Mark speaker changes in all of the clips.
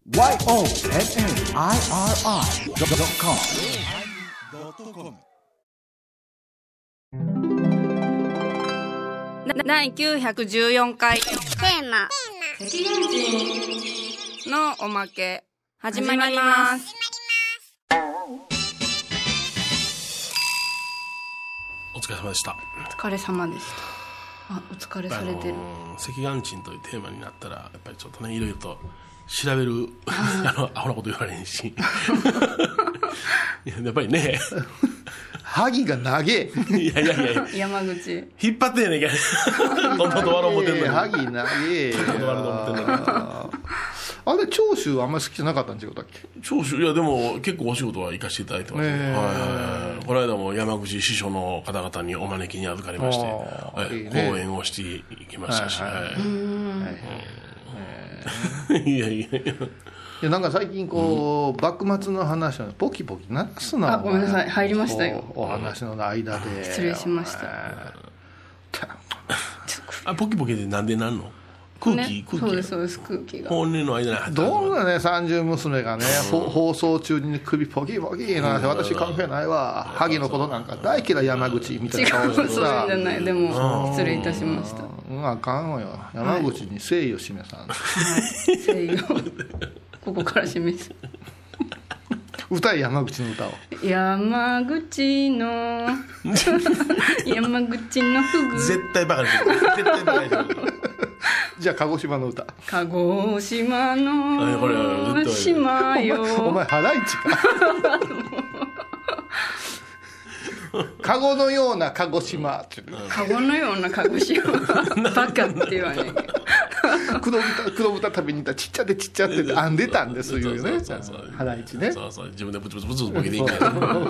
Speaker 1: YONNIRI.com
Speaker 2: 第914回テーマ赤軍人のおまけ始まります。
Speaker 3: お疲れ様でした。
Speaker 2: お疲れ様でした。あ、お疲れされてる。
Speaker 3: 赤眼鎮というテーマになったらやっぱりちょっとね、いろいろと調べるアホなこと言われへんしやっぱりね
Speaker 4: 萩が長え
Speaker 3: いや
Speaker 2: 山口
Speaker 3: 引っ張ってんねんけどどんどんと笑う思ってんのに
Speaker 4: 萩長え
Speaker 3: どんどんと笑うと思ってんのに
Speaker 4: あれ長州あんまり好きじゃなかったん違うだっけ。
Speaker 3: 長州、いやでも結構お仕事は行かせていただいてます、この間も山口師匠の方々にお招きに預かりまして、いいね、講演をしていきましたし、いやいや
Speaker 4: なんか最近こう、幕末の話をポキポキ鳴らすな。
Speaker 2: あ、ごめんなさい、入りましたよ。
Speaker 4: お話の間で
Speaker 2: 失礼しました。
Speaker 3: ポキポキでなんでなんの？空気、
Speaker 2: ね、空気そうです空気が
Speaker 3: 本音の間に入って
Speaker 4: どんなね30娘がね、放送中に首ポキポキなんて、私関係ないわ、萩のことなんか大嫌い山口みたいな顔してさ。
Speaker 2: そういうんじゃない。でも失礼いたしました。
Speaker 4: あかんわよ、山口に誠意を示さん、
Speaker 2: 誠意をここから示す
Speaker 4: 歌い山口の歌を。
Speaker 2: 山口の山口のフグ
Speaker 3: 絶対バカにしてる、絶対バカにしてる
Speaker 4: じゃあ鹿児島の歌。
Speaker 2: 鹿児島の島よ
Speaker 4: お前ハライチかカゴのような鹿児島って
Speaker 2: カゴのような鹿児島バカって言わねえ
Speaker 4: 黒豚食べに行ったらちっちゃってちっちゃって編んでたんですよね、ハライチね。
Speaker 3: そう自分でブツブツブツボケていいから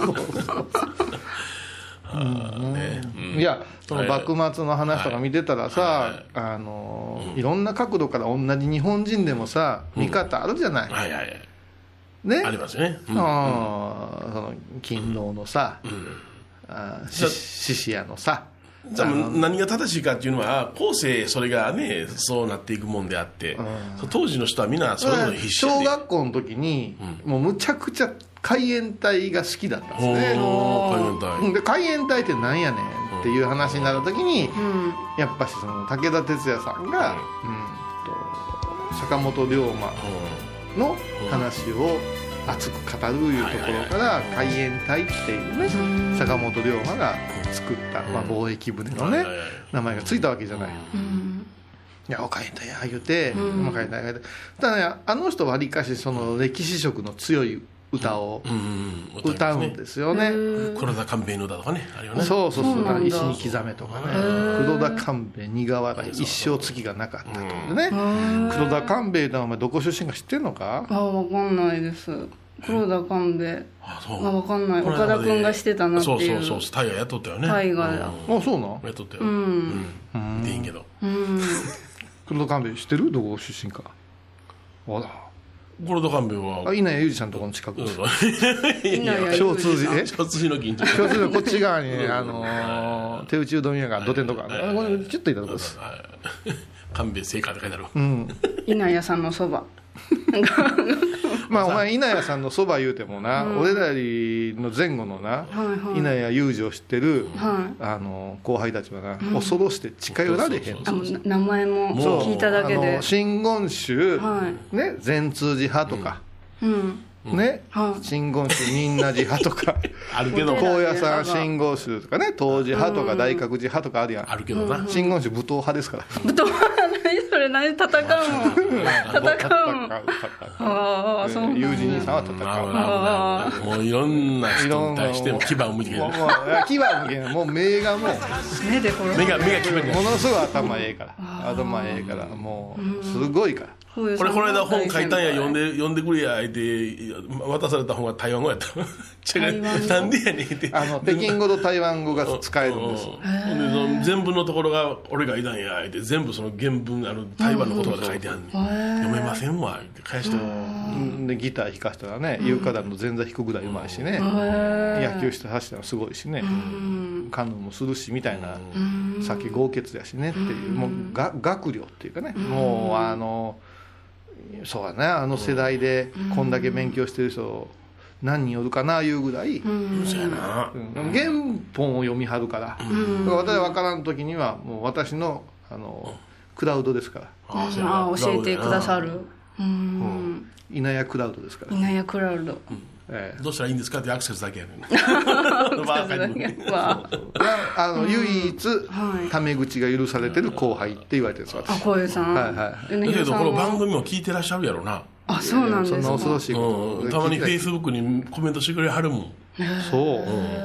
Speaker 4: いや、その幕末の話とか見てたらさ、いろんな角度から同じ日本人でもさ見方あるじゃない、ね、
Speaker 3: ありますね、
Speaker 4: その勤労のさ、獅子屋のさ、
Speaker 3: 何が正しいかっていうのは後世それがねそうなっていくもんであって、当時の人はみんなそれぞれ必死で、
Speaker 4: 小学校の時に、もうむちゃくちゃ海援隊が好きだったんですね。で海援隊ってなんやねんっていう話になる時に、やっぱしその武田鉄矢さんが、坂本龍馬の話を熱く語るいうところから海援隊っていうね、坂本龍馬が作った、貿易船のね、名前がついたわけじゃない。いや、海援隊や言うて、ただね、あの人はわりかしその歴史色の強い歌を歌うんですよね。
Speaker 3: 黒田官兵衛の歌とかね、あるよね。
Speaker 4: そう石に刻めとかね、黒田官兵衛苦笑い一生月がなかったとかね。黒田官兵衛ってお前どこ出身か知ってんのか？
Speaker 2: 分かんないです。黒田官兵衛分かんない。岡田君がしてたなっていう。
Speaker 3: そう大河やっとったよね。
Speaker 2: 大河だ。
Speaker 4: あ、そうなん？
Speaker 3: やっとったよ。でいいんけど。
Speaker 4: 黒田官兵衛知ってる？どこ出身か。ほら、
Speaker 3: 黒田官兵衛は
Speaker 4: 稲谷裕二さんのところの近くです。
Speaker 2: 小
Speaker 4: 通寺
Speaker 3: 小通寺の近所。
Speaker 4: 小通寺のこっち側に手打ちうどん屋が土手とかちょっといたとこです。
Speaker 3: 官兵衛製菓って書いてある。
Speaker 2: 稲谷さんのそば
Speaker 4: まあお前稲谷さんのそば言うてもな、俺らよりの前後のな、稲谷裕二を知ってる後輩たちはな、恐ろして近寄られへん。
Speaker 2: 名前も聞いただけで、
Speaker 4: 真言宗ね、善通寺派とかね、真言宗仁和寺派とか
Speaker 3: あるけど、
Speaker 4: 高野山真言宗とかね、東寺派とか大覚寺派とかあるやん。
Speaker 3: あるけどな、
Speaker 4: 真言宗武闘派ですから。
Speaker 2: 武闘派それ何戦う
Speaker 4: ああ、そうなんだ。友人兄さんは
Speaker 3: 戦う。もういろんな人に対しても牙を向けてる。
Speaker 4: 牙を向けて、もう目がもう
Speaker 3: 目が決めてる。
Speaker 4: ものすごい頭ええから、頭ええから、もうすごいから。
Speaker 3: これこの間本書いたんや、読んでくれやって渡された本が台湾語やったなんでやねんって。
Speaker 4: 北京語と台湾語が使えるんです。
Speaker 3: 全部のところが俺がいたんやって全部その原文台湾の言葉で書いてある。読めませんわって返して
Speaker 4: でギター弾かしたらね、有価団の前座弾くぐらいうまいしね、野球して走ったらすごいしね、カヌーもするしみたいな、さっき豪傑やしねっていう、もう学量っていうかね、もうそうだね、あの世代でこんだけ勉強してる人何人おるかないうぐらい、
Speaker 3: そうやな、
Speaker 4: 原本を読みはるから、私が分からん時にはもう私のクラウドですから、
Speaker 2: 教えてくださる、
Speaker 4: 稲谷クラウドですから、
Speaker 2: 稲谷クラウド、
Speaker 3: どうしたらいいんですかってアクセスだけやねん
Speaker 4: 唯一タメ口が許されてる後輩って言われてるんです、私。
Speaker 2: こういうさん、
Speaker 3: だけどこの番組も聞いてらっしゃるやろな。
Speaker 2: そうなんですか。
Speaker 4: そんな恐ろしいこと、
Speaker 3: たまにフェイスブックにコメントしてくれはるもん。
Speaker 4: そう、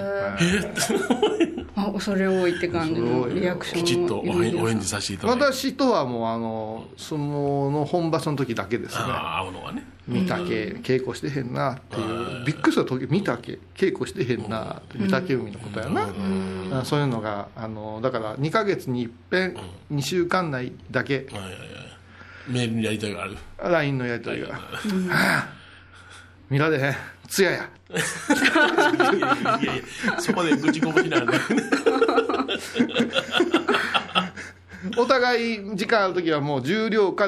Speaker 2: 恐れ多いって感じのリアクションを
Speaker 3: きちっとお返事させていただいて、
Speaker 4: 私とはもう相撲の本場所の時だけですね。
Speaker 3: 会うのはね、
Speaker 4: 見たけ稽古してへんなっていう、びっくりした時、見たけ稽古してへんなって、御嶽海のことやな、そういうのがだから2ヶ月に一遍、2週間内だけ
Speaker 3: メールにやり取りがある、
Speaker 4: LINE のやり取りが、見られへん、つやや
Speaker 3: いやそこで愚痴こぼしなんで
Speaker 4: お互い時間ある時はもう十両から、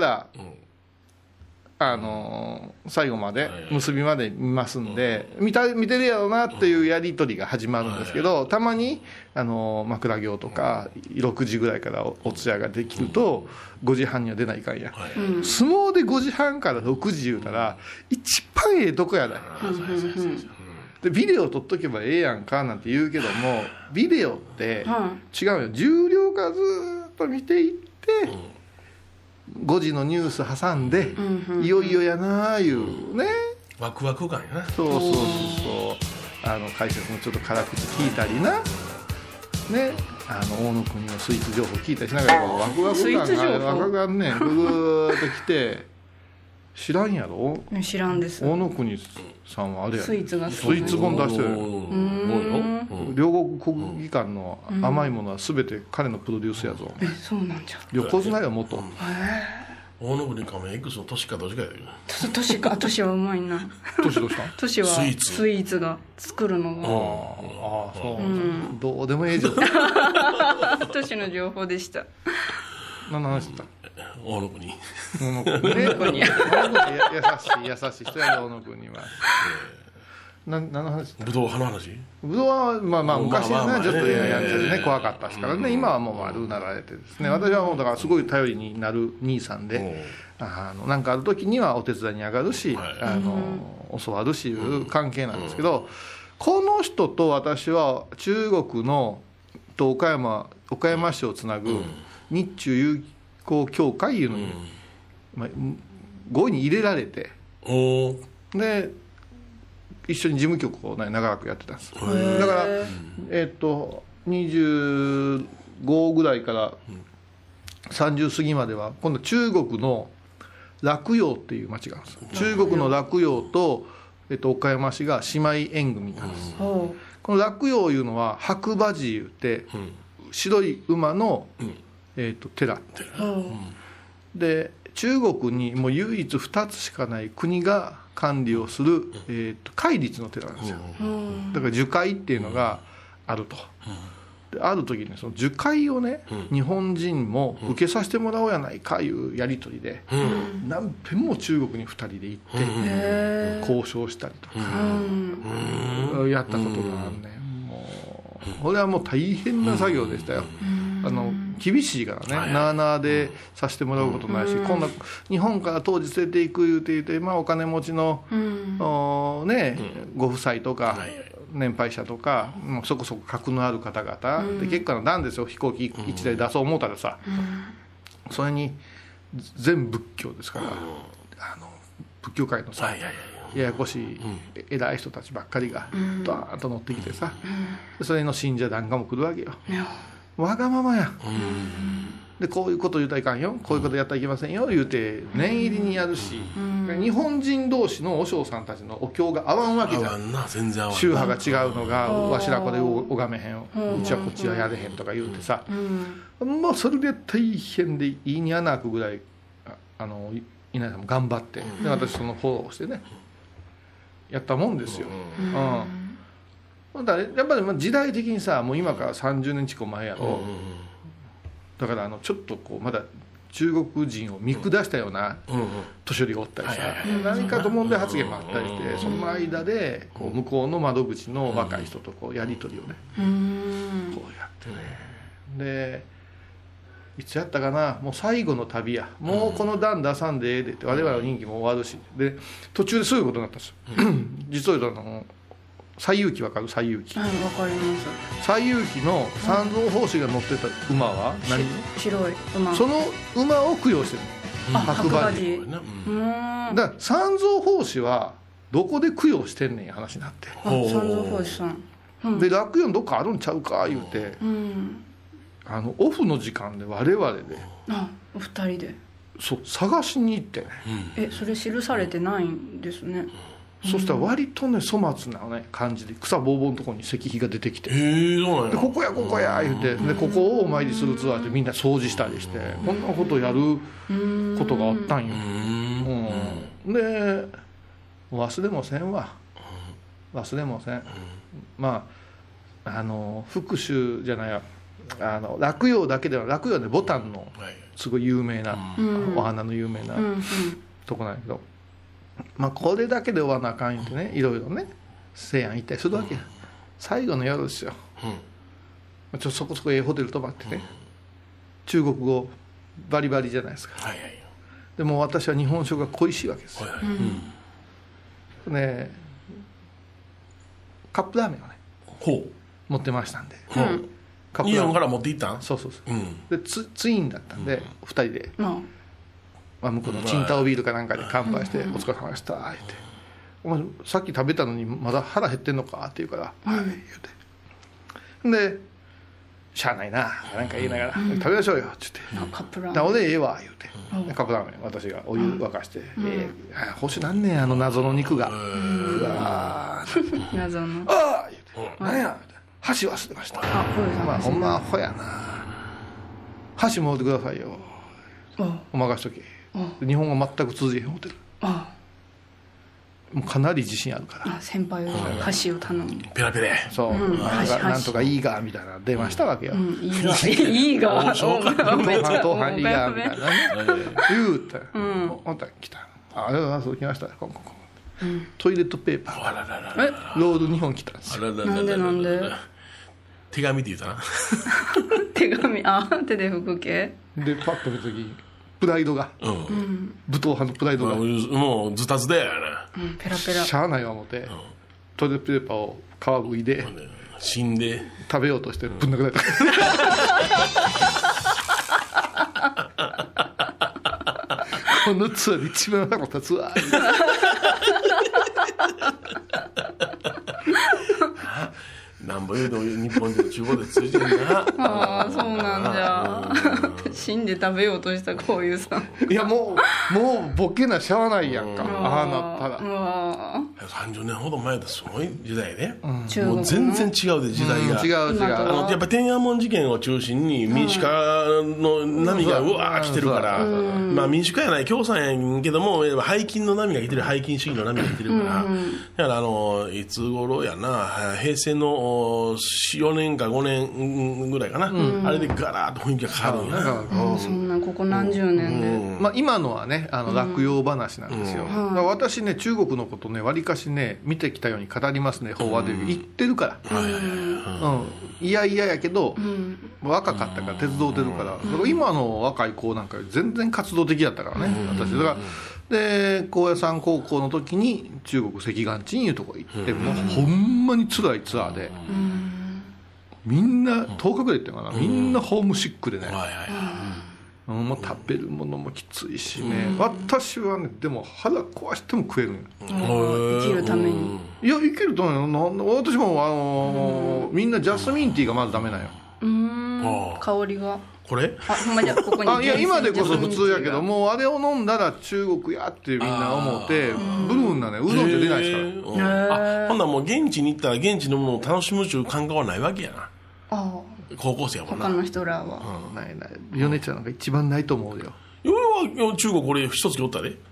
Speaker 4: 最後まで結びまで見ますんで、見てるやろうなっていうやり取りが始まるんですけど、たまに枕行とか6時ぐらいからお通夜ができると5時半には出ないかんや、相撲で5時半から6時言うたら一番ええとこやだ、でビデオ撮っとけばええやんかなんて言うけども、ビデオって違うよ、重量からずっと見ていって、5時のニュース挟んで、いよいよやなあいうね、
Speaker 3: ワクワク感やな。
Speaker 4: そう解説もちょっと辛口聞いたりな、ね、大野国のスイーツ情報聞いたりしながら、ワクワク感が赤がね、ぐーっと来て、知らんやろ。
Speaker 2: 知らんです。
Speaker 4: 大野国さんはあれや、
Speaker 2: スイーツが
Speaker 4: スイーツ本出してる。両国国技館の甘いものは全て彼のプロデュースやぞ。
Speaker 2: そうなんじゃ。
Speaker 4: 横綱よ元。
Speaker 3: 大野国かも X の年かどっちかやで。
Speaker 2: 年はうまいな。
Speaker 4: 年どうした？
Speaker 2: 年はスイーツが作るのが。
Speaker 4: そう。どうでもええじゃん。
Speaker 2: 年の情報でした。
Speaker 4: 何の話だった？
Speaker 3: 大野国。
Speaker 4: 優しい人やで、大野国は。何の話？
Speaker 3: ぶどう派の話？
Speaker 4: ぶどうはまあ昔はねちょっとやっててね怖かったですからね、今はもう丸なられてですね、私はもうだからすごい頼りになる兄さんで、なんかある時にはお手伝いに上がるし、教わるしいう関係なんですけど、この人と私は中国のと岡山市をつなぐ日中友好協会いうのに5位に入れられて、で一緒に事務局を長らくやってたんです。だから25ぐらいから30過ぎまでは今度中国の洛陽っていう町があるんです。中国の洛陽と、岡山市が姉妹縁組なんです。この洛陽いうのは白馬寺いうて、白い馬の、寺で、中国にもう唯一2つしかない国が管理をする、戒律の寺なんですよ。だから樹海っていうのがあると。である時にその樹海をね、日本人も受けさせてもらおうやないかいうやり取りで、何遍も中国に2人で行って交渉したりとかやったことがあるね。もうこれはもう大変な作業でしたよ。厳しいからね、なあなあでさせてもらうことないし、今度日本から当時連れていく言うて、お金持ちの、ご夫妻とか年配者とか、そこそこ格のある方々で結構なんですよ、飛行機1台出そう思ったらさ、それに全仏教ですから、仏教界のさややこしい偉い人たちばっかりがドーンと乗ってきてさ、それの信者団がも来るわけよ。わがままや、でこういうこと言うたらいかんよ、こういうことやったらいけませんよ言うて念入りにやるし、日本人同士の和尚さんたちのお経が合わんわけじゃん。宗派が違うのが、わしらこれ拝めへん、うちはこっちはやれへんとか言うてさ、もうそれで大変でいいに穴開くぐらい稲田さんも頑張って、で私そのフォローしてねやったもんですよ。だからやっぱり時代的にさ、もう今から30年近く前やろ、だからちょっとこうまだ中国人を見下したような年寄りがおったりさ、何かと問題発言もあったりして、その間でこう向こうの窓口の若い人とこうやり取りをね、こうやってね、でいつやったかな、もう最後の旅や、もうこの段出さんでええでって、我々の任期も終わるし、で途中でそういうことになったんですよ。実を言うと西遊記わかる？西遊記。
Speaker 2: はい、わかります。
Speaker 4: 西遊記の三蔵法師が乗ってた馬は何？
Speaker 2: 白い馬。
Speaker 4: その馬を供養してるの。
Speaker 2: 白馬寺。
Speaker 4: だから三蔵法師はどこで供養してんねんや話になって。
Speaker 2: 三蔵法師さん。
Speaker 4: で楽園どっかあるんちゃうか言うて、オフの時間で我々で。
Speaker 2: お二人で。
Speaker 4: そう探しに行って
Speaker 2: ね。それ記されてないんですね。
Speaker 4: そしたら割とね粗末なね感じで草ぼうぼうのところに石碑が出てきて、
Speaker 3: そうなんや。
Speaker 4: でここやここや言うて、でここをお参りするツアーでみんな掃除したりして、こんなことやることがあったんよ。で忘れもせんわ、忘れもせん。まあ福州じゃないや、洛陽だけでは、洛陽でボタンのすごい有名な、お花の有名なとこなんやけど、まあこれだけで終わらなあかん言うてね、いろいろね西安行ったりするわけや。最後の夜ですよ、そこそこホテル泊まってね、中国語バリバリじゃないですか。でも私は日本食が恋しいわけですよ。ね、カップラーメンをね持ってましたんで、
Speaker 3: 日本から持って行ったん？
Speaker 4: そうそうそう。でツインだったんで2人で向こうのチンタオビールかなんかで乾杯して「お疲れ様でした」って「お前さっき食べたのにまだ腹減ってんのか?」って言うから「はい」言うて、で「しゃあないな」なんか言いながら「食べましょうよ」って言って「
Speaker 2: カップラーメン
Speaker 4: 俺ええわ」言うて、カップラーメン私がお湯沸かして「欲しなんねん謎の肉が」うわ
Speaker 2: 謎の
Speaker 4: 「ああ」言うて「何や」箸忘れました。ほんまアホやな。箸もらってくださいよ。お任しとけ。日本語全く通じへんホテル。もうかなり自信あるから。
Speaker 2: 先輩が箸を頼む。
Speaker 3: ペラペラ。
Speaker 4: そう。なんとかいいがみたいな電話したわけよ。
Speaker 2: いいが。
Speaker 4: 当飯いいがみたいなね。言うて。ほんと来た。そう来ました。こん。トイレットペーパーロール2本来たんですよ。
Speaker 2: なんで
Speaker 3: 手紙って言うたな。
Speaker 2: 手紙、手で拭く系
Speaker 4: でパッと見た時プライドが、武闘派のプライドが
Speaker 3: もうズタズタやな、
Speaker 2: ペラペラ
Speaker 4: しゃあないわ思って、トイレットペーパーを皮剥いで
Speaker 3: 死んで
Speaker 4: 食べようとしてぶん殴られた。このツアーで一番腹立つわ。
Speaker 3: なんぼ言うと日本で中国で通じてんだな。
Speaker 2: そうなんじゃ。死んで食べようとしたこういうさ。
Speaker 4: いやもうボケなしゃあないやんか。ああなったら。
Speaker 3: 30年ほど前ですごい時代ね。もう全然違うで時代が。
Speaker 4: 違う。
Speaker 3: やっぱ天安門事件を中心に民主化の波がうわー来てるから、まあ民主化やない共産やんけども背筋の波が来てる、背筋主義の波が来てるから、だからいつ頃やな、平成の4年か5年ぐらいかな、あれでガラッと雰囲気が変わるんや。
Speaker 2: そんなここ何十年で、
Speaker 4: まあ今のはね落葉話なんですよ。だから私ね中国のことねわりかしね見てきたように語りますね。法話で言ってるから、いややけど若かったから手伝うてるから、今の若い子なんかより全然活動的だったからね私だから。で高野山高校の時に中国赤岩鎮いうとこ行って、もうほんまに辛いツアーで、みんな10日ぐらい行ってるかな、みんなホームシックでね、もう食べるものもきついしね、私はねでも腹壊しても食えるんよ。
Speaker 2: 生きるために。
Speaker 4: いや生きるために私もみんなジャスミンティーがまずダメなんよ。
Speaker 2: 香りが
Speaker 3: これ
Speaker 2: ほんまじゃここに
Speaker 4: いや今でこそ普通やけど、もうあれを飲んだら中国やってみんな思ってブルーンなねうどんって出ないですから。
Speaker 3: ほんならもう現地に行ったら現地のものを楽しむという感覚はないわけやな。高校生やもんな。
Speaker 2: 他の人らは
Speaker 4: ない米ちゃんなんか一番ないと思うよ。
Speaker 3: 中国俺一つおったで。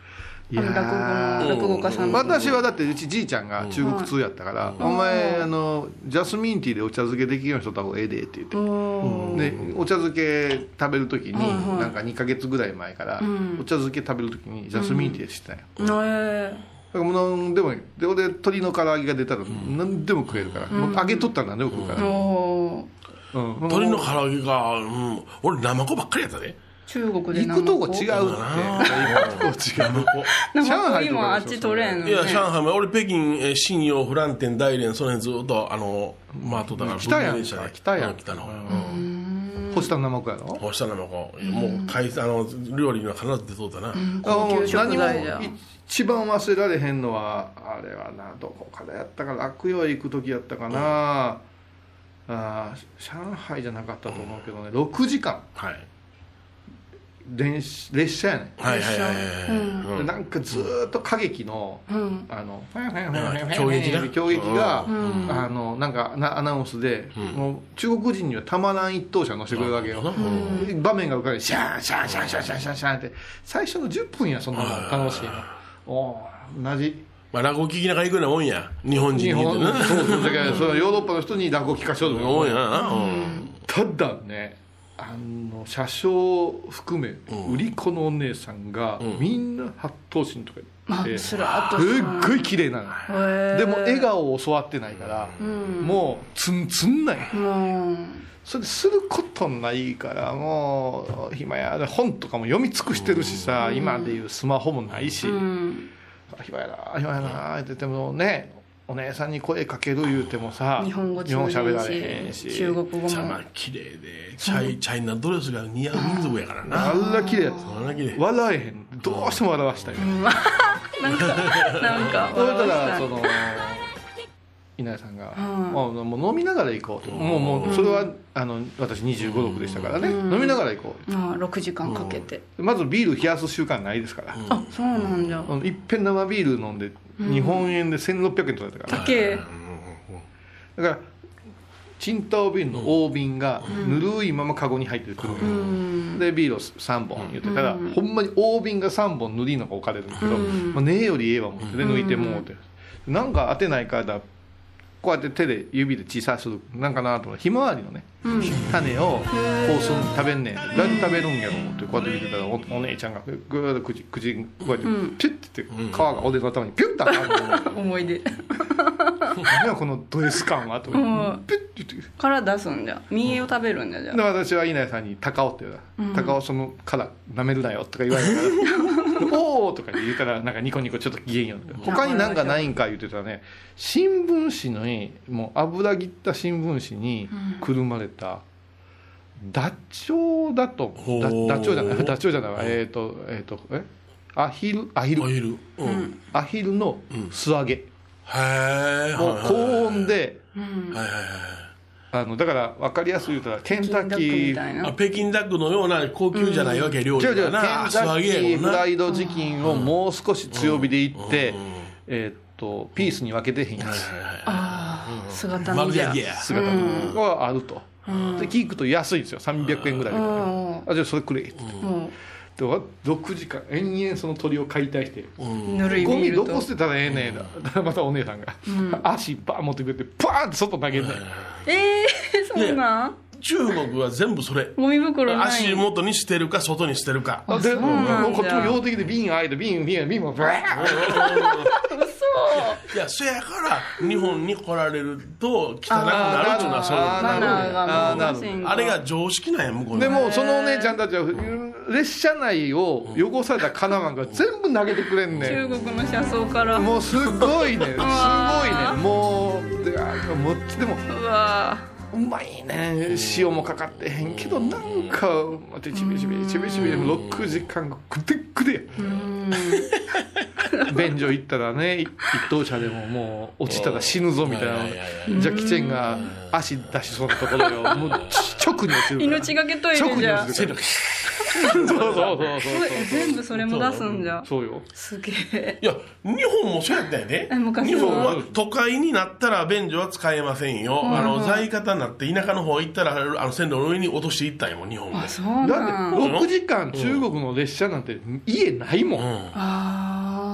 Speaker 2: 落語家さんの。
Speaker 4: 私はだってうちじいちゃんが中国通やったから、お前ジャスミンティーでお茶漬けできるようにしとった方がええでって言って、でお茶漬け食べる時になんか2ヶ月ぐらい前からお茶漬け食べる時にジャスミンティーでしてたんよ。だからもう何でもいいで鶏の唐揚げが出たら何でも食えるから、もう揚げとったら何でも食うから、
Speaker 3: 鶏の唐揚げが、俺ナマコばっかりやったで。
Speaker 2: 中国で
Speaker 4: 行くとこ違うって。行くとこ違う。
Speaker 2: 上海今あっち取れんのね。
Speaker 3: いや上海も俺北京信用フランテン大連その辺ずっと回っとったから。
Speaker 4: 北やん北やん
Speaker 3: 北の方。
Speaker 4: 干したナマコやろ。
Speaker 3: 干したナマコもう料理には必ず出とったな。
Speaker 2: 高級食材じゃ。
Speaker 4: 一番忘れられへんのはあれはな、どこからやったかな、洛陽へ行く時やったかな、上海じゃなかったと思うけどね、6時間、列車やねん。なんかずーっと歌劇の
Speaker 3: 狂劇
Speaker 4: がなんかアナウンスで、もう中国人にはたまらん一等車乗せてくれるわけよ。場面が浮かんでシャーンシャーンシャーンシャーンシャーンシャーンシャーンって最初の10分やそんなの楽しいの。同じ
Speaker 3: 落語聞きながら行くようなもんや日本人に言うてな。
Speaker 4: そうだからそのヨーロッパの人に落語聞かしようと思うやただね、車掌含め売り子のお姉さんがみんな八頭身とか言ってすっごい綺麗なの。でも笑顔を教わってないからもうツンツンない。それすることないからもう暇やで本とかも読み尽くしてるしさ、今でいうスマホもないし、暇やな暇やなって言ってもね、お姉さんに声かける言うてもさ
Speaker 2: 日本語
Speaker 4: 喋られへんし、
Speaker 2: 中国語も
Speaker 3: 綺麗でチャイナドレスが似合う民族やからな。
Speaker 4: あんな綺麗やつ笑えへん、どうしても笑わしたいなんかそれからその稲荷さんが、もう飲みながら行こうと、もうそれは私25、6でしたからね、飲みながら行こう。
Speaker 2: 6時間かけて
Speaker 4: まずビール冷やす習慣ないですから。
Speaker 2: あ、そうなんじゃ。
Speaker 4: いっぺん生ビール飲んで日本円で1600円取られたから。
Speaker 2: 高え。
Speaker 4: だからチンタオビールの大瓶がぬるいままカゴに入ってくる、でビールを3本言ってたら、ほんまに大瓶が3本ぬるいのが置かれるんだけど、ねえよりええわ思ってで抜いてもうて、なんか当てないからこうやって手で指で小さくするなんかなと思って、ひまわりのね、種をこうする食べんねん、誰で食べるんやろってこうやって見てたら お姉ちゃんがグーッと口こうやってピュッて皮がおでの頭にピュッと当たる
Speaker 2: 思い出
Speaker 4: 何やこのド S 感はとピュッて言って
Speaker 2: から出すんじゃ、身を食べるんじゃ。じゃあ
Speaker 4: 私は稲荷さんに高尾って言うな、高尾そのから舐めるなよとか言われたらおおとか言うからなんかニコニコちょっと機嫌よう他に何かないんか言ってたらね、新聞紙にもう油切った新聞紙にくるまれたダチョウだとダチョウじゃないアヒルの素揚げ、もう高温で、だから分かりやすく言うたらケンタッキー
Speaker 3: 北京ダックのような高級じゃないわけ、料理だな。
Speaker 4: ケンタッキーフライドチキンをもう少し強火でいって、ピースに分けてへんやつ、姿見じゃはあると。で聞くと安いんですよ、300円ぐらいで。じゃあそれくれって6時間延々その鳥を解体して、ゴミどこ捨てたらええねんだまたお姉さんが足バーン持ってくれてパーンって外投げんねん。
Speaker 2: そうなん。
Speaker 3: 中国は全部それ、
Speaker 2: ゴミ袋ない、
Speaker 3: 足元に捨てるか外に捨てるか
Speaker 4: でこっちも用的で瓶開いて瓶もバーン
Speaker 3: いや、そやから日本に来られると汚くなるっていうのはそういうの。あれが常識なんや向こうの。
Speaker 4: でもそのお姉ちゃんたちは列車内を汚された金なんか全部投げてくれんねん。
Speaker 2: 中国の車窓から
Speaker 4: もうすごいねもうでもうまいね、塩もかかってへんけどなんかちびちび6時間がくてくで便所行ったらね、一等車でももう落ちたら死ぬぞみたいな、ジャッキー・チェンが足出しそうなところよ、もう直に落ちるから
Speaker 2: 命がけトイレじゃ
Speaker 4: そう
Speaker 2: 全部それも出すんじゃ。
Speaker 4: そうよ、
Speaker 2: すげえ。
Speaker 3: いや日本もそうやったよね。日本は都会になったら便所は使えませんよ、在方になって田舎の方行ったら線路の上に落としていったんやもん日本で。
Speaker 2: そうなん
Speaker 4: だって6時間中国の列車なんて家ないもん、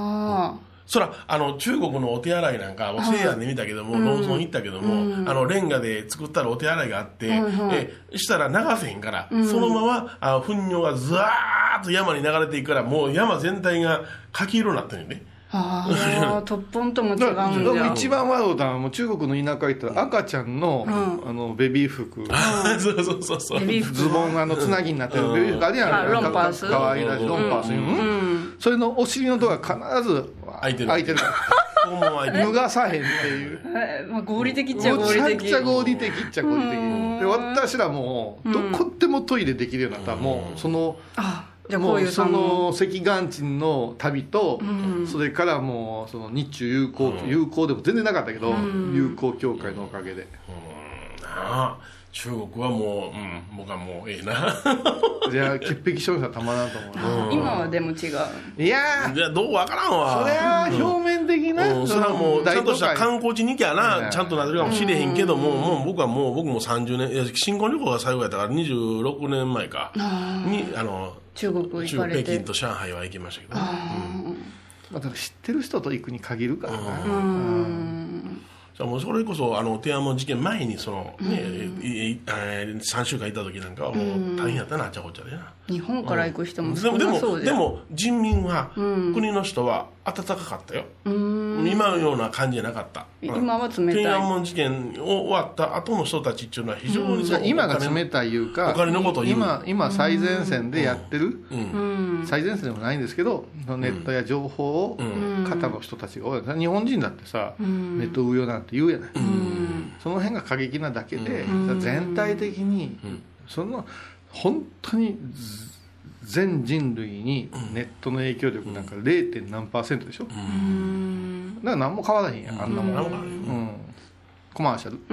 Speaker 3: そら中国のお手洗いなんか西安で見たけども、農村行ったけども、レンガで作ったらお手洗いがあって、したら流せへんから、そのまま糞尿がずわーっと山に流れていくから、もう山全体が柿色になってるよね。
Speaker 2: トッポンとも違うんだ。
Speaker 4: 一番笑うたのはもう中国の田舎行ったら赤ちゃんの、ベビー服
Speaker 3: そう
Speaker 4: ズボンつなぎになってるベビー服あるやん。
Speaker 2: ロンパース、
Speaker 4: かわいらしいロンパース、それのお尻のドア必ず開いてるから脱がさへんっていう、
Speaker 2: 合理的っちゃ合理的、
Speaker 4: むちゃくちゃ合理的っちゃ合理的で、私らもどこでもトイレできるようになったら、もうそのもうその赤岩鎮の旅と、それからもうその日中友好でも全然なかったけど、友好協会のおかげで、
Speaker 3: 中国はもう、僕はもうええな。
Speaker 4: じゃあ潔癖症者たまらんと思う。
Speaker 2: 今はでも違う。
Speaker 3: いやじゃあどうわからんわ。
Speaker 4: それは表面的な、
Speaker 3: それはもうちゃんとした観光地に行きゃな、ちゃんとなってるかもしれへんけども、もう僕も30年、いや新婚旅行が最後やったから26年前かに
Speaker 2: 中国行かれて、
Speaker 3: 北京と上海は行きましたけどね。
Speaker 4: だから知ってる人と行くに限るからな。
Speaker 3: もうそれこそ天安門事件前に3週間いた時なんかはもう大変やったな、あっちゃこっちゃでな。
Speaker 2: 日本から行く人も少なそう
Speaker 3: でも人民は、国の人は温かかったよ。今のような感じじゃなかった。
Speaker 2: 今は冷たい。
Speaker 3: 天安門事件終わった後の人たちっていうのは非常に
Speaker 4: 今が冷たいいうか、
Speaker 3: お金のことを言う。
Speaker 4: 今最前線でやってる、最前線でもないんですけど、ネットや情報を方の人たちが多い。日本人だってさ、ネット運用なんて言うやない。その辺が過激なだけで、全体的にその本当に全人類にネットの影響力なんか 0. 何%でしょ。だから何も変わらへんやん、あんなもん。コマーシャル。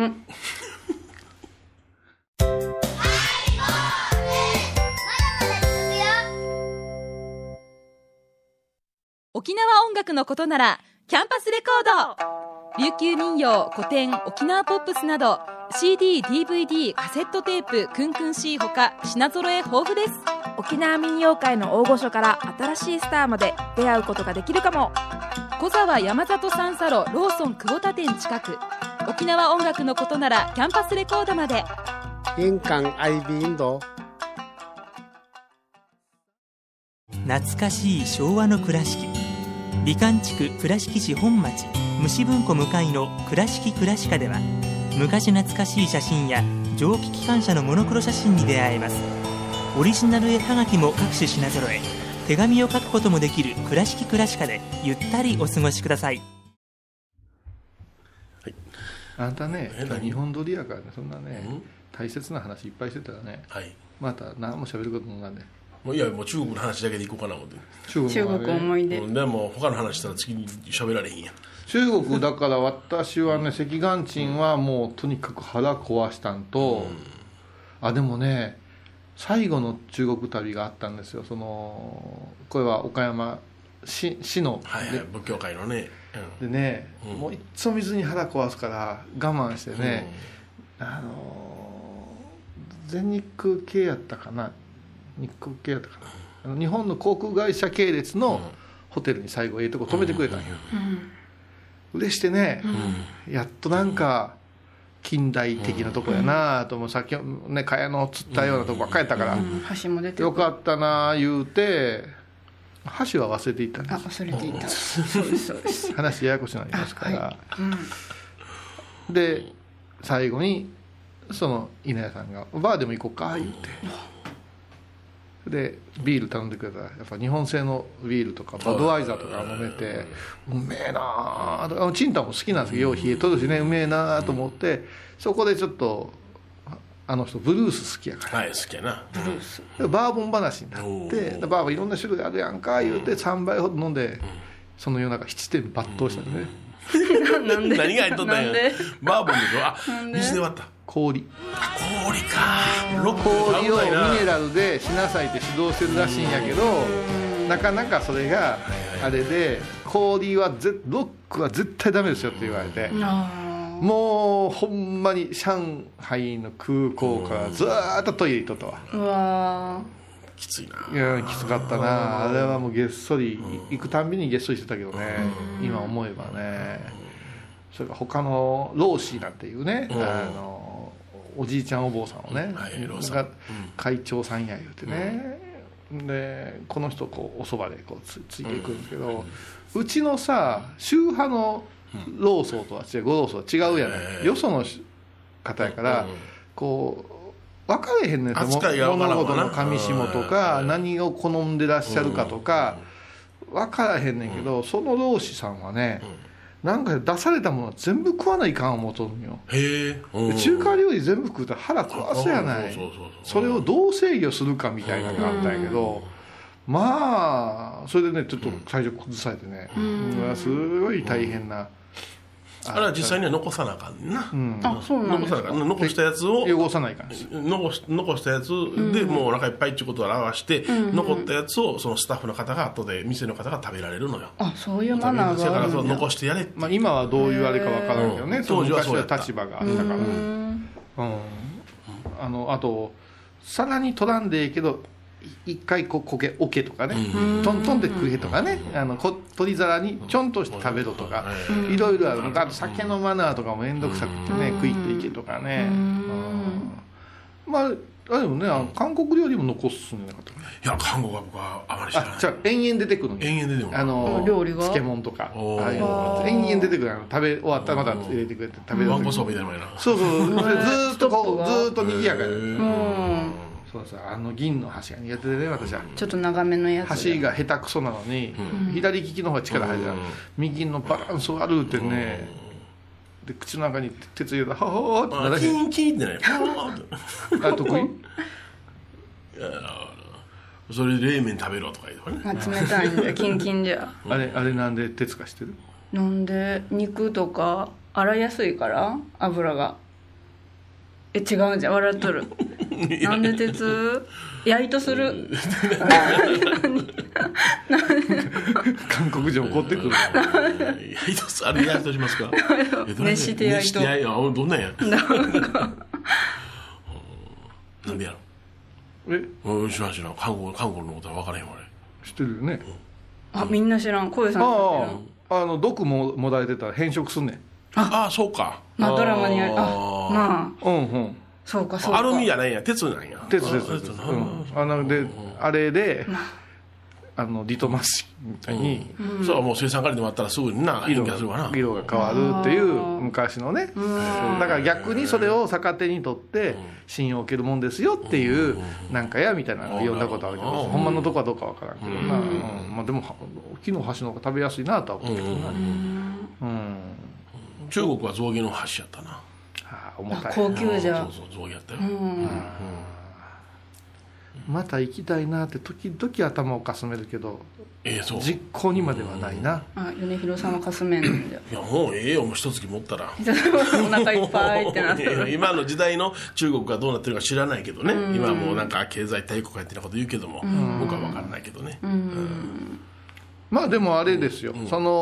Speaker 1: 沖縄音楽のことならキャンパスレコード。琉球民謡、古典、沖縄ポップスなど CD、DVD、カセットテープ、クンクン C ほか品揃え豊富です。
Speaker 5: 沖縄民謡界の大御所から新しいスターまで出会うことができるかも。
Speaker 1: 小沢山里三佐路ローソン久保田店近く。沖縄音楽のことならキャンパスレコードまで。
Speaker 6: 印港 IB インド。
Speaker 7: 懐かしい昭和の倉敷。美観地区倉敷市本町虫文庫向かいの倉敷倉歯科では、昔懐かしい写真や蒸気機関車のモノクロ写真に出会えます。オリジナル絵はがきも各種品揃え、手紙を書くこともできる倉敷倉歯科でゆったりお過ごしください。
Speaker 4: あんたね、日本撮りやからね、そんなね、大切な話いっぱいしてたらね、また何も喋ることもなんで、
Speaker 3: いやもう中国の話だけでいこうかな思って。
Speaker 2: 中国思い出。
Speaker 3: でも他の話したら次に喋られへんやん。
Speaker 4: 中国だから私はね、赤岩鎮はもうとにかく腹壊したんと、でもね、最後の中国旅があったんですよ。これは岡山市の、
Speaker 3: 仏教界のね、
Speaker 4: でね、もういつも水に腹壊すから我慢してね、全日空系やったかな、日空系やったかな、日本の航空会社系列のホテルに最後とこ泊めてくれたんよ。嬉してね、やっとなんか近代的なとこやなと思う。さっきね、茅の釣ったようなとこばっかりやったから、
Speaker 2: 橋も出て
Speaker 4: よかったな言うて、橋は忘れていったんです。
Speaker 2: 忘れていた。そうですそうです。
Speaker 4: 話ややこしになりますから、で最後にその稲谷さんが「バーでも行こうか」言って、でビール頼んでくれたら、やっぱ日本製のビールとかバドワイザーとか飲めて、うめえなあ、チンタンも好きなんですけど、よう冷えとるしね、うめえなあと思って、そこでちょっとあの人ブルース好きやから、
Speaker 3: 好きやな、
Speaker 2: ブルース。
Speaker 4: バーボン話になって、バーボンいろんな種類あるやんか言うて3杯ほど飲んで、その夜中7点抜刀したんでね。
Speaker 2: なんで
Speaker 3: 何が入っとったんや。バーボンでしょ。水で割った。
Speaker 4: 氷
Speaker 3: か。
Speaker 4: 氷をミネラルでしなさいって指導してるらしいんやけど、なかなかそれがあれで、氷はロックは絶対ダメですよって言われて、もうほんまに上海の空港からずーっとトイレ行っとったわ。
Speaker 3: きついな。
Speaker 4: いやきつかったな。あれはもうげっそり、行くたんびにげっそりしてたけどね、今思えばね。それから他の老子なんていうね、おじいちゃんお坊さんをね、が会長さんや言うてね、でこの人こうおそばでこうついていくんですけど、うちのさ宗派の老僧とは違う、ご老僧は違うやない、よその方やから、こう分かれへんねんて、物事の上下とか何を好んでらっしゃるかとか分からへんねんけど、その老子さんはね、なんか出されたものは全部食わないかん思うとるんよ。中華料理全部食うたら腹壊すやない。それをどう制御するかみたいなのがあったんやけど、まあそれでねちょっと最初崩されてね、すごい大変な。
Speaker 3: あれは実際には残さなあかんな。
Speaker 2: あ、そうなんですか。
Speaker 3: 残したやつを
Speaker 4: 汚さないかんし、
Speaker 3: 残したやつでもうお腹いっぱいっていうことを表して、残ったやつをそのスタッフの方が後で店の方が食べられるのよ。
Speaker 2: あ、そういうマナーがあるんだ。
Speaker 3: だから残してやれって。
Speaker 4: まあ今はどういうあれかわからんけどね、
Speaker 3: 当時はそうやった。
Speaker 4: 昔は立場があったから。あとさらに取らんでいいけど一回こけおけとかね、トントンで食えとかね、取り皿にちょんとして食べろとか、いろいろある。あと酒のマナーとかも面倒くさくてね、食いっていけとかね。まああれもね、韓国料理も残すんじゃなかったかね。
Speaker 3: いや韓国は僕はあまり知らない。
Speaker 4: じゃあ延々出てくるの。
Speaker 3: 延々出てくる。
Speaker 2: 料理が
Speaker 4: 漬物とか延々出てくる。食べ終わったらまた入れてくれて食べる。
Speaker 3: わんこそばみたいなもんやな。
Speaker 4: そうずーっとこうずーっと賑やかや。そうそう、銀の箸が苦手でね、私は。
Speaker 2: ちょっと長めのやつ。
Speaker 4: 箸が下手くそなのに、左利きの方が力入るから、右のバランス悪うてね、で口の中に鉄入れたらはーってならへん。
Speaker 3: キンキンってね、
Speaker 4: あ、得意？
Speaker 3: それで冷麺食べろとか言うとかね。
Speaker 2: 冷たいんだ、キンキンじゃ。
Speaker 4: あれなんで鉄かしてる？
Speaker 2: なんで肉とか洗いやすいから油が。違うんじゃん、笑っとる。なんで鉄焼いとする。
Speaker 4: 韓国人怒ってくる。
Speaker 3: あれ焼いとしますか。
Speaker 2: 熱して焼いと。
Speaker 3: どんなんや。なんでやろ。知らん韓国のことは分からへんわ。
Speaker 4: 知ってるよね。
Speaker 2: あ、みんな知らん。小遊さん知ってる。
Speaker 4: 毒もだれてたら変色すんねん。
Speaker 3: あ、そうか。
Speaker 2: まあドラマにある。まあ。そうかそうか。
Speaker 3: アルミじゃないんや、鉄なんや。
Speaker 4: 鉄。であれでリトマスみたいに、
Speaker 3: そうもう生産管理でもあったらすぐに変化するわな。
Speaker 4: 色が変わるっていう昔のね。だから逆にそれを逆手にとって信用を受けるもんですよっていうなんかやみたいなのを読んだことあるけど、ほんまのとこはどうかわからんけどな。まあでも木の箸の方が食べやすいなとは思うけどな。
Speaker 3: 中国は象牙の箸やったな。
Speaker 2: 重たい。高級じゃ。
Speaker 3: そう象牙やったよ。
Speaker 4: また行きたいなって時々頭をかすめるけど、実行にまではないな。
Speaker 2: 米広さんはかすめんじゃ。
Speaker 3: いやもうよ、もう一月持ったら
Speaker 2: お腹いっぱいってなってる。
Speaker 3: 今の時代の中国がどうなってるか知らないけどね。今はもうなんか経済大国やってなこと言うけども、僕は分からないけどね。
Speaker 4: まあでもあれですよ、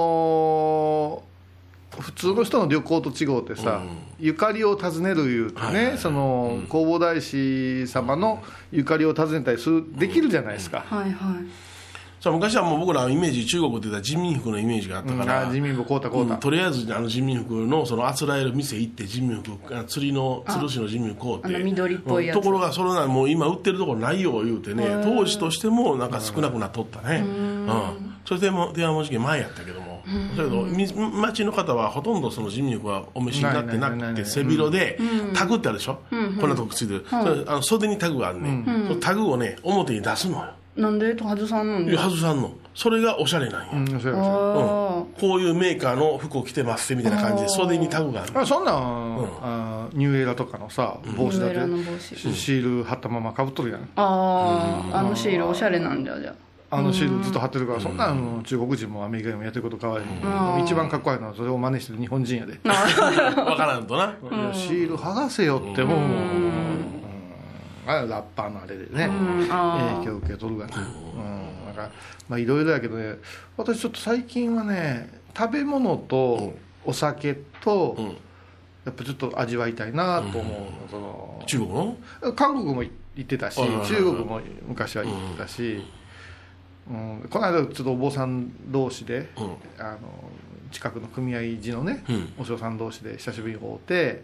Speaker 4: 普通の人の旅行と違うってさ、ゆかりを訪ねるいうとね、その弘法大師様のゆかりを訪ねたりできるじゃないですか。
Speaker 3: 昔はもう僕らのイメージ、中国って言ったら人民服のイメージがあったから、
Speaker 4: 人民服買うた
Speaker 3: とりあえず人民服のそのあつらえる店行って人民服、釣りの鶴市の人民服買うて、
Speaker 2: 緑っぽいやつ。
Speaker 3: ところがそれなもう今売ってるところないよ言うてね、当時としてもなんか少なくなっとったね。それでも電話文字券前やったけども、だけど町の方はほとんどその人民服はお召しになってなくて、背広でタグってあるでしょ、こんなとこついてる、袖にタグがあるね、そのタグをね表に出すのよ。
Speaker 2: なんで外さんの？
Speaker 3: 外さんの。それがおしゃれなんや。こういうメーカーの服を着てますみたいな感じで袖にタグがある。
Speaker 4: そんなんニューエラとかのさ帽子だってシール貼ったままかぶっとるやん。
Speaker 2: シールおしゃれなんじゃ。じゃ
Speaker 4: シールずっと貼ってるから、そんなん中国人もアメリカ人もやってること変わらへん。一番かっこいいのはそれを真似してる日本人やで。
Speaker 3: 分からんとな。
Speaker 4: シール剥がせよってもうラッパーのあれでね影響を受け取るがね。まあいろいろやけどね、私ちょっと最近はね食べ物とお酒とやっぱちょっと味わいたいなと思う。
Speaker 3: 中国の？
Speaker 4: 韓国も行行ってたし、中国も昔は行ってたし、この間ちょっとお坊さん同士で、近くの組合寺のね、お嬢さん同士で久しぶりに会うて、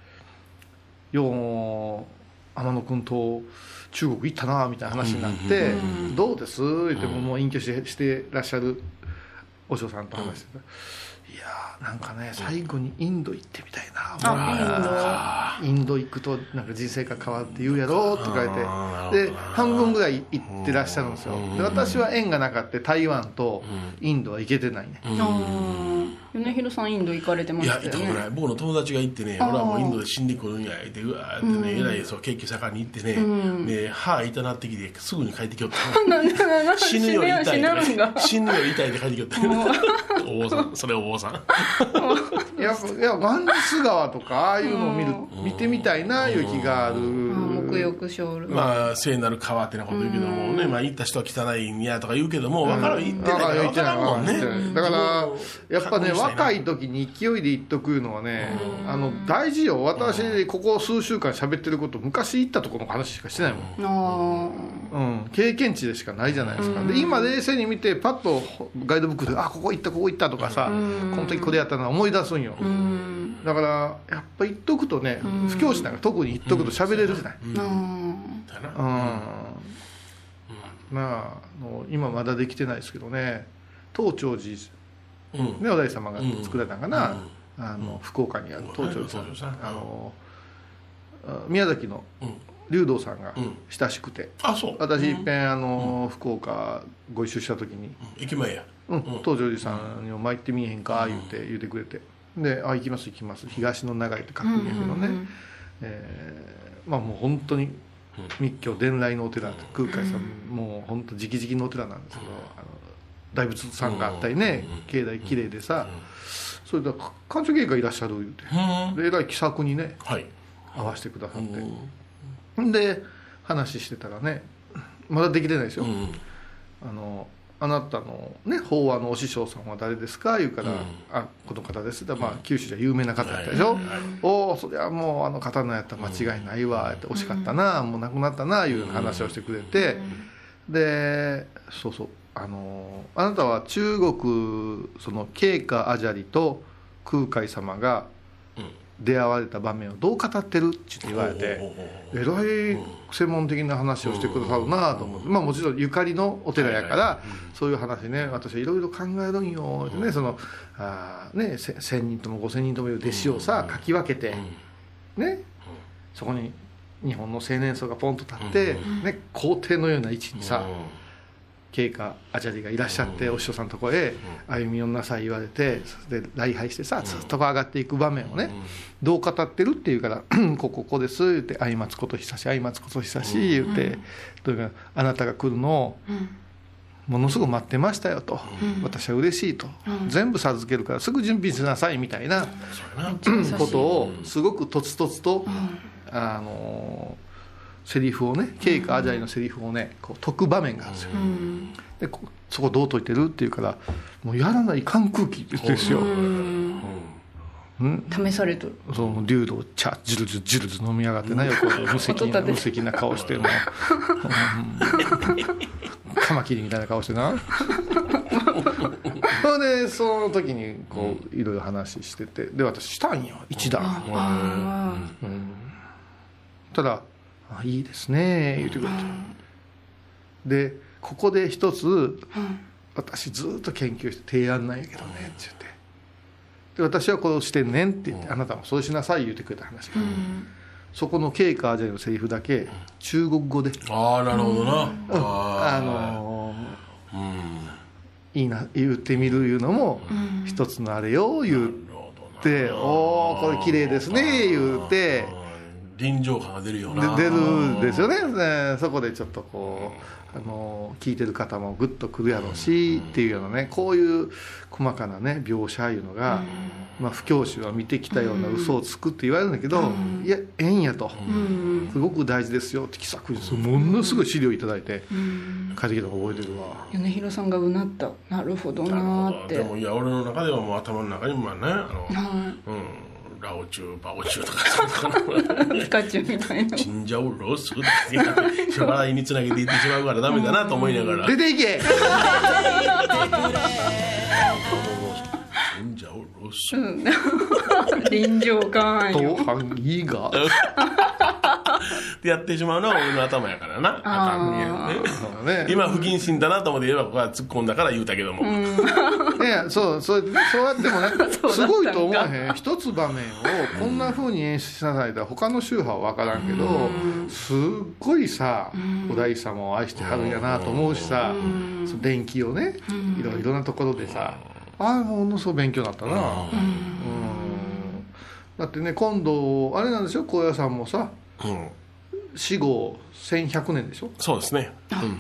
Speaker 4: 天野君と中国行ったなみたいな話になって、どうですって言ってもう隠居してらっしゃるお嬢さんと話してた、いやなんかね最後にインド行ってみたいな、インド行くとなんか人生が変わるって言うやろとか言って、で半分ぐらい行ってらっしゃるんですよ。で私は縁がなかった台湾とインドは行けてないね。
Speaker 2: 米広さんインド行かれてましたよね。
Speaker 3: いや行ったことない。僕の友達が行ってね、俺はもうインドで死んでくるんやってうわーってね、えらいそうケーキ盛んに行ってね、で歯痛なってきてすぐに帰ってきよった死ぬより痛いって死ぬより痛いって帰ってきよったお坊さん、それお坊さん
Speaker 4: いやガンジス川とかああいうのを見てみたいな勇気がある。
Speaker 2: 沐浴ショール、
Speaker 3: まあ聖なる川ってなこと言うけどもね、まあ行った人は汚いんやとか言うけども分からん、行ってないから分からんもんね。
Speaker 4: だからやっぱね若い時に勢いで言っとくのはね、大事よ。私ここ数週間喋ってること昔行ったところの話しかしてないもん。経験値でしかないじゃないですか。で今冷静に見てパッとガイドブックでここ行ったとかさ、この時これやったの思い出すんよ。だからやっぱ言っとくとね、布教師なんか特に言っとくと喋れるじゃない。まあ今まだできてないですけどね、東長寺ね、お大師様が作られたんかな、福岡にある東長寺さん、宮崎の龍道さんが親しくて、私いっぺん福岡ご一緒した時に
Speaker 3: 行きまえや、
Speaker 4: 東長寺さんに「お前行ってみえへんか」言ってくれて、で「行きます行きます」東の長いって書くんやけどね、まあもう本当に密教伝来のお寺って空海さんもう本当直々のお寺なんですけど、大仏さんがあったりね、境内きれいでさ、それで館長芸がいらっしゃる言うて、でえらい気さくにね合わせてくださって、で話してたらね、まだできてないですよ、あなたのね法話のお師匠さんは誰ですか言うから、この方ですって、まあ九州じゃ有名な方だったでしょ、おおそりゃもうあの方のやったら間違いないわって、惜しかったな、もう亡くなったないう話をしてくれて、でそうそう、あなたは中国その慶華アジャリと空海様が出会われた場面をどう語ってるって言われて、えらい専門的な話をしてくださるなと思って、まあもちろんゆかりのお寺やからそういう話ね、私はいろいろ考えるんよってね、そのね1000人とも5000人ともいう弟子をさかき分けてね、そこに日本の青年層がポンと立ってね、皇帝のような位置にさ慶華アジャリがいらっしゃって、お師匠さんのとこへ歩み寄んなさい言われて、で礼拝してさずっと上がっていく場面をね、どう語ってるっていうから「ここです」言って「相松こと久し相松こと久し」言って「というかあなたが来るのをものすごく待ってましたよ」と「私は嬉しい」と「全部授けるからすぐ準備しなさい」みたいなことをすごくとつとつとセリフをね、慶華アジャリのセリフをねこう解く場面があるんですよ。でそこどう解いてるっていうから、もうやらないかん空気ですよ。
Speaker 2: 試されとる。
Speaker 4: そう、竜道チャジュルジュジュルジュ飲みやがってな、横で無責な顔してもカマキリみたいな顔してなそれでその時にこういろいろ話してて、で私したんよ一段。ただいいですね言ってくれて、でここで一つ、私ずっと研究して提案なんやけどねって言って、で私はこうしてんねんって言って、あなたもそうしなさい言ってくれた話が、そこの慶華アジャリのセリフだけ中国語で、
Speaker 3: ああなるほどな、
Speaker 4: いいな言ってみるいうのも一つのあれよ言って、おおこれ綺麗ですね言うて、
Speaker 3: 臨場感が出るような、
Speaker 4: 出るんですよね。そこでちょっとこう聞いてる方もグッとくるやろうしっていうようなね、こういう細かなね描写いうのが、まあ布教師は見てきたような嘘をつくって言われるんだけど、いやええんやと、すごく大事ですよって気さくにものすごい資料いただいて帰ってきたの覚えてるわ。
Speaker 2: 米広さんがうなった。なるほどなーって。
Speaker 3: でもいや俺の中ではもう頭の中にもねラオチュウバオチュウとか
Speaker 2: ピカチュウみたいな
Speaker 3: チンジャオロースとかって笑いにつなげていってしまうからダメだなと思いながら
Speaker 4: 出ていけ
Speaker 3: チンジャオロース
Speaker 2: 臨場感
Speaker 4: と範囲が
Speaker 3: ってやってしまうのは俺の頭やからな。あかんね。
Speaker 4: ね
Speaker 3: 今不謹慎だなと思って言えばここは突っ込んだから言うたけども、
Speaker 4: そうやってもねすごいと思わへん。一つ場面をこんな風に演出しなさいだ本の宗派は分からんけど、すっごいさお大師様を愛してはるんやなと思うしさ、その電気をねいろいろなところでさ、ものすごい勉強になったな。だってね今度あれなんですよ、高野山もさ、死後1100年でしょ。
Speaker 3: そうですね。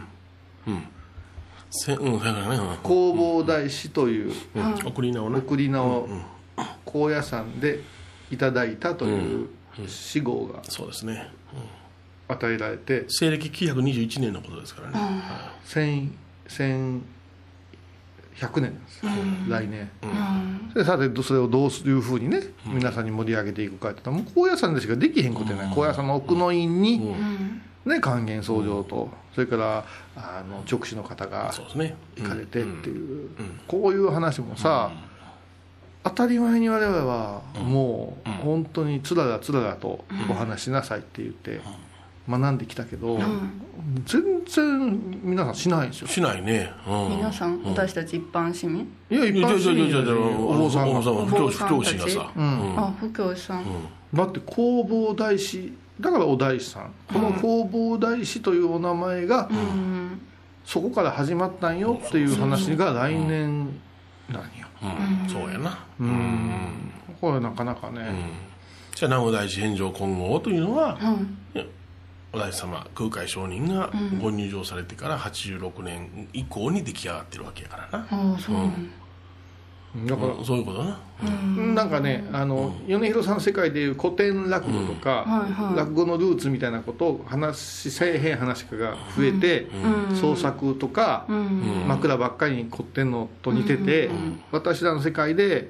Speaker 4: 弘法大師という
Speaker 3: 送り名をね、
Speaker 4: 送り名を高野山でいただいたという死号が
Speaker 3: そうですね、
Speaker 4: 与えられて、
Speaker 3: 西暦921年のことですからね。
Speaker 4: 1100年なんですよ、来年。でさてそれをどういうふうにね皆さんに盛り上げていくかって言ったら、もう高野山でしかできへんことやない。高野山の奥の院にね還元僧正と、それから勅使の方が行かれてっていう、こういう話もさ、当たり前に我々はもう本当につららつららとお話しなさいって言って学んできたけど、全然皆さんしないんですよ。
Speaker 3: しないね。
Speaker 2: 皆さん、私たち一般市民、
Speaker 4: いや一般市民
Speaker 3: お坊さんが不教師がさ、
Speaker 2: 不教師さん、
Speaker 4: だって弘法大師だからお大師さん、この弘法大師というお名前がそこから始まったんよっていう話が来年なんよ。
Speaker 3: そうやな。
Speaker 4: これなかなかね。
Speaker 3: じゃあ南無大師返上金剛というのは、お大師様空海上人がご入場されてから86年以降に出来上がってるわけやからな。
Speaker 4: だから
Speaker 3: そういうことな。
Speaker 4: なんかね米広さんの世界でいう古典落語とか、落語のルーツみたいなことを話せえへん話家が増えて、創作とか、枕ばっかりに古典のと似てて、私らの世界で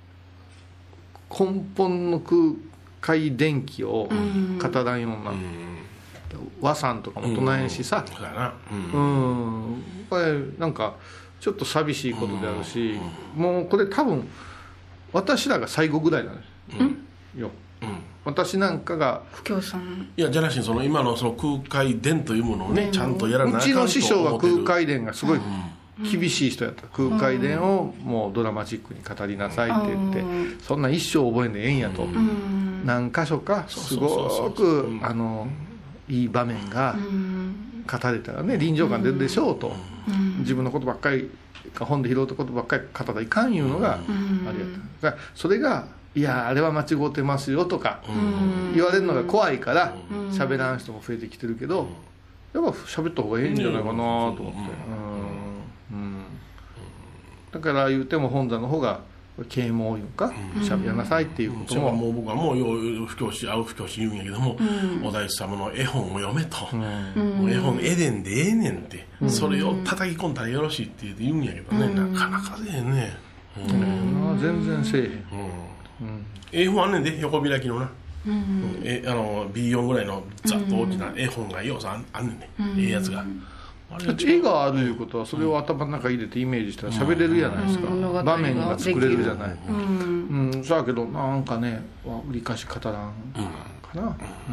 Speaker 4: 根本の空海伝記を語らんような、和さんとかも唱えんしさ、これなんかちょっと寂しいことであるし、もうこれ多分私らが最後ぐらいなんですよ。私なんかが
Speaker 2: 不教師さん、
Speaker 3: いやじゃなしにその今のその空海伝というものをねちゃんとやらなあかんと思ってる。
Speaker 4: うちの師匠は空海伝がすごい厳しい人やった。空海伝をもうドラマチックに語りなさいって言って、そんな一生覚えんでええんやと、何箇所かすごくいい場面が語れたらね臨場感出るでしょうと、自分のことばっかり本で拾ったことばっかり語ったらいかんいうのがあれやった。それがいやあれは間違ってますよとか言われるのが怖いから喋らん人も増えてきてるけど、やっぱ喋った方がいいんじゃないかなと思って、だから言うても本山の方が啓蒙いうか喋らなさいっていうことも、
Speaker 3: もう僕はもう不教師言うんやけども、お大師様の絵本を読めと、もう絵本絵伝でええねんって、それを叩き込んだらよろしいって言うんやけどね、なかなかせえへんね。
Speaker 4: 全然せえへん。
Speaker 3: 絵本あんねんで、横開きのな、B4 ぐらいのざっと大きな絵本がようさあんねんね、ええやつが。
Speaker 4: 絵があるいうことはそれを頭の中入れてイメージしたら喋れるじゃないですか、場面が作れるじゃない。そうやけどなんかね売りかし語らんかな。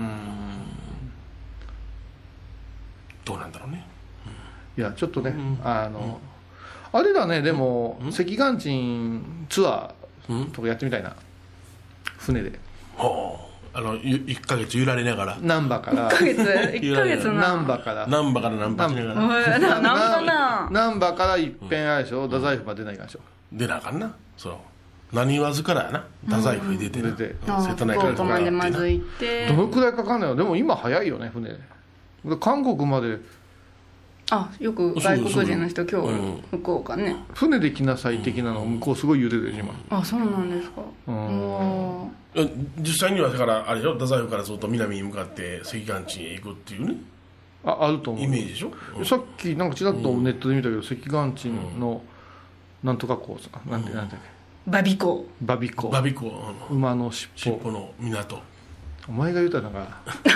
Speaker 3: どうなんだろうね。
Speaker 4: いやちょっとねあれだね、でも赤岩鎮ツアーとかやってみたいな、船で。
Speaker 3: 1ヶ月揺られながら
Speaker 4: 難波から
Speaker 2: 1ヶ月
Speaker 4: 難波から
Speaker 3: 難波から難波しながら
Speaker 4: 難波からいっぺんあれでしょ、太宰府まで出ないかでしょ。
Speaker 3: 出なあかんな。その何わずからやな、太宰府へ出てな、瀬戸内海
Speaker 2: 福岡までまず行って、
Speaker 4: どのくらいかかんないの。でも今早いよね船で。韓国まで
Speaker 2: よく外国人の人今日福岡ね
Speaker 4: 船で来なさい的なの向こうすごい言うてるよ今。
Speaker 2: そうなんですか。
Speaker 3: 実際にはだからあれでしょ、太宰府からずっと南に向かって赤岩鎮へ行くっていうね、
Speaker 4: あると思う
Speaker 3: イメージでしょ。
Speaker 4: さっきなんかちらっとネットで見たけど、赤岩鎮のなんとか港さんなんて
Speaker 2: バビ港
Speaker 3: 馬の
Speaker 4: 尻
Speaker 3: 尾の港。
Speaker 4: お前が言うたのが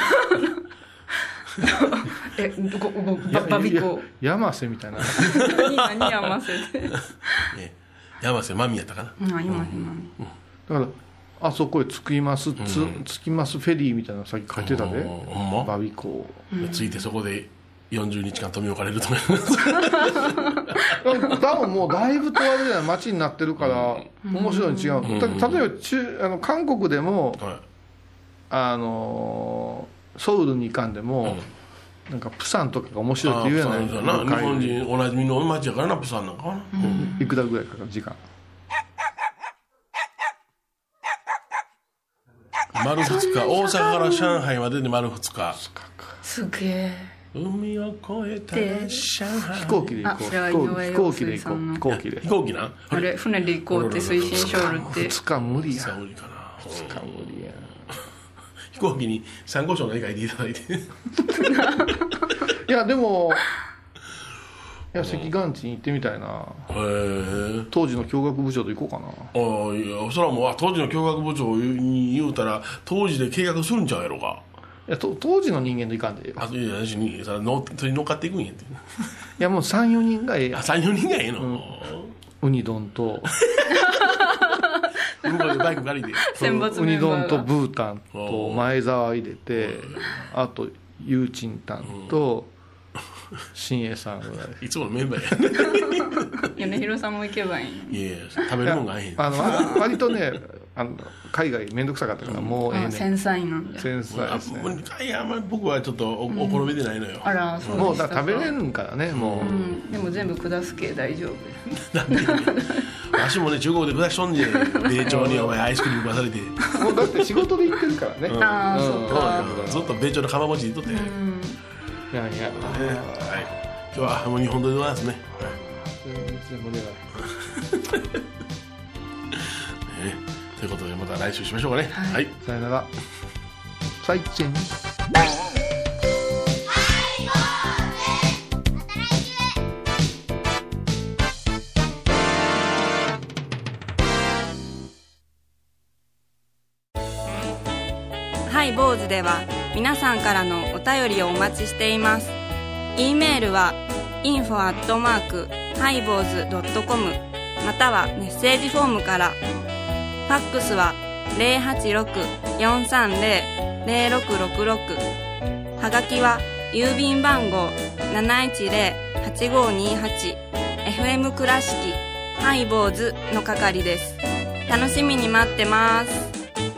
Speaker 2: バビ港
Speaker 4: 山瀬みたいな
Speaker 2: 何山瀬って
Speaker 3: 山瀬まみやったかな。
Speaker 2: だ
Speaker 4: からあそこへ着きますフェリーみたいなのさっき書いてたで、バビ港
Speaker 3: 着いてそこで40日間留め置かれると思います
Speaker 4: 多分もうだいぶとあれじゃない街になってるから面白いに違う。例えば韓国でも、ソウルに行かんでも、なんかプサンとかが面白いって言うやない。
Speaker 3: 日本人おなじみの街やからな、プサンなんかな。
Speaker 4: いくらぐらいかかる時間。
Speaker 3: 丸2日、大阪から上海までで丸2日。
Speaker 2: すげえ。
Speaker 3: 海を越えた上海。
Speaker 4: 飛行機で行こう。飛行機で行こう。
Speaker 3: 飛行機な。
Speaker 2: あれ船で行こうって推進しおるって。
Speaker 4: 2日無理や。
Speaker 3: 2日無理かな。
Speaker 4: 2日無理や。
Speaker 3: 飛行機に参考書の絵描いていただいて。
Speaker 4: いやでも。いや赤岩地に行ってみたいな。当時の教学部長と行こうかな。
Speaker 3: いやそれはもう当時の教学部長に言うたら当時で計画するんちゃうやろか。
Speaker 4: いや当時の人間といかんで。
Speaker 3: いやそれに乗っかっていくんやって。い
Speaker 4: やもう 3,4 人がええやん。
Speaker 3: 3,4 人がええの、
Speaker 4: ウニ丼と
Speaker 3: 向こうでバイク借りて
Speaker 4: ウニ丼とブータンと前澤入れて、あとユーチンタンと新栄さんぐらい。
Speaker 3: いつものメンバー
Speaker 2: や米広さんも行けばいいの。
Speaker 3: いや食べるもんがええへん。
Speaker 4: 割とね海外めんどくさかったからもうええねん。
Speaker 2: 繊細なんだ。
Speaker 4: 繊細ですね。
Speaker 3: あんまり僕はちょっとお好みでないのよ。
Speaker 2: あらそうですか。
Speaker 4: もうだから食べれるんからねもう。
Speaker 2: でも全部下す系大丈夫。
Speaker 3: なんでわしもね中国で下しとんで米朝にお前アイスクリーム食わされて。
Speaker 4: もうだって仕事で行ってるからね。
Speaker 2: ああそうか。
Speaker 3: ずっと米朝の釜餅にとって。
Speaker 4: いやいや、
Speaker 3: 今日はもう日本撮りでございますね。ということでまた来週しましょうかね。はい。
Speaker 4: さよなら。再见。
Speaker 8: ハイボーズでは皆さんからのお便りをお待ちしています。 E メールは info@highboz.com またはメッセージフォームから。ファックスは 086-430-0666 はがきは郵便番号 710-8528 FM 倉敷ハイボーズの係です。楽しみに待ってます。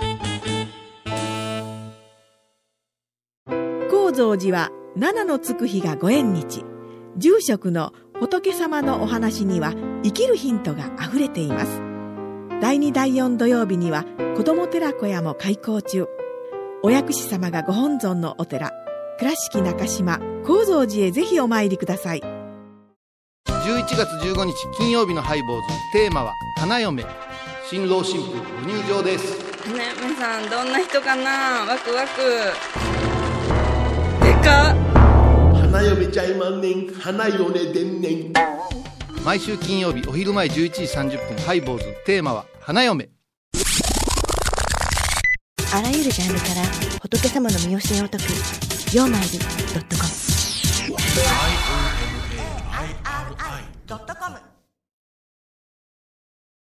Speaker 9: 高蔵寺は七のつく日がご縁日。住職の仏様のお話には生きるヒントがあふれています。第2第4土曜日には子ども寺小屋も開校中。お薬師様がご本尊のお寺倉敷中島・高蔵寺へぜひお参りください。
Speaker 4: 11月15日金曜日のハイボーズ、テーマは花嫁。新郎新婦ご入場です。
Speaker 8: 花嫁さんどんな人かな。ワクワク。でかっ。
Speaker 3: 花嫁ちゃいまんねん花嫁でんねん。
Speaker 4: 毎週金曜日お昼前11時30分ハイボーズ、テーマは花嫁。
Speaker 10: あらゆるジャンルから仏様の身教えを解く曜マイル.com。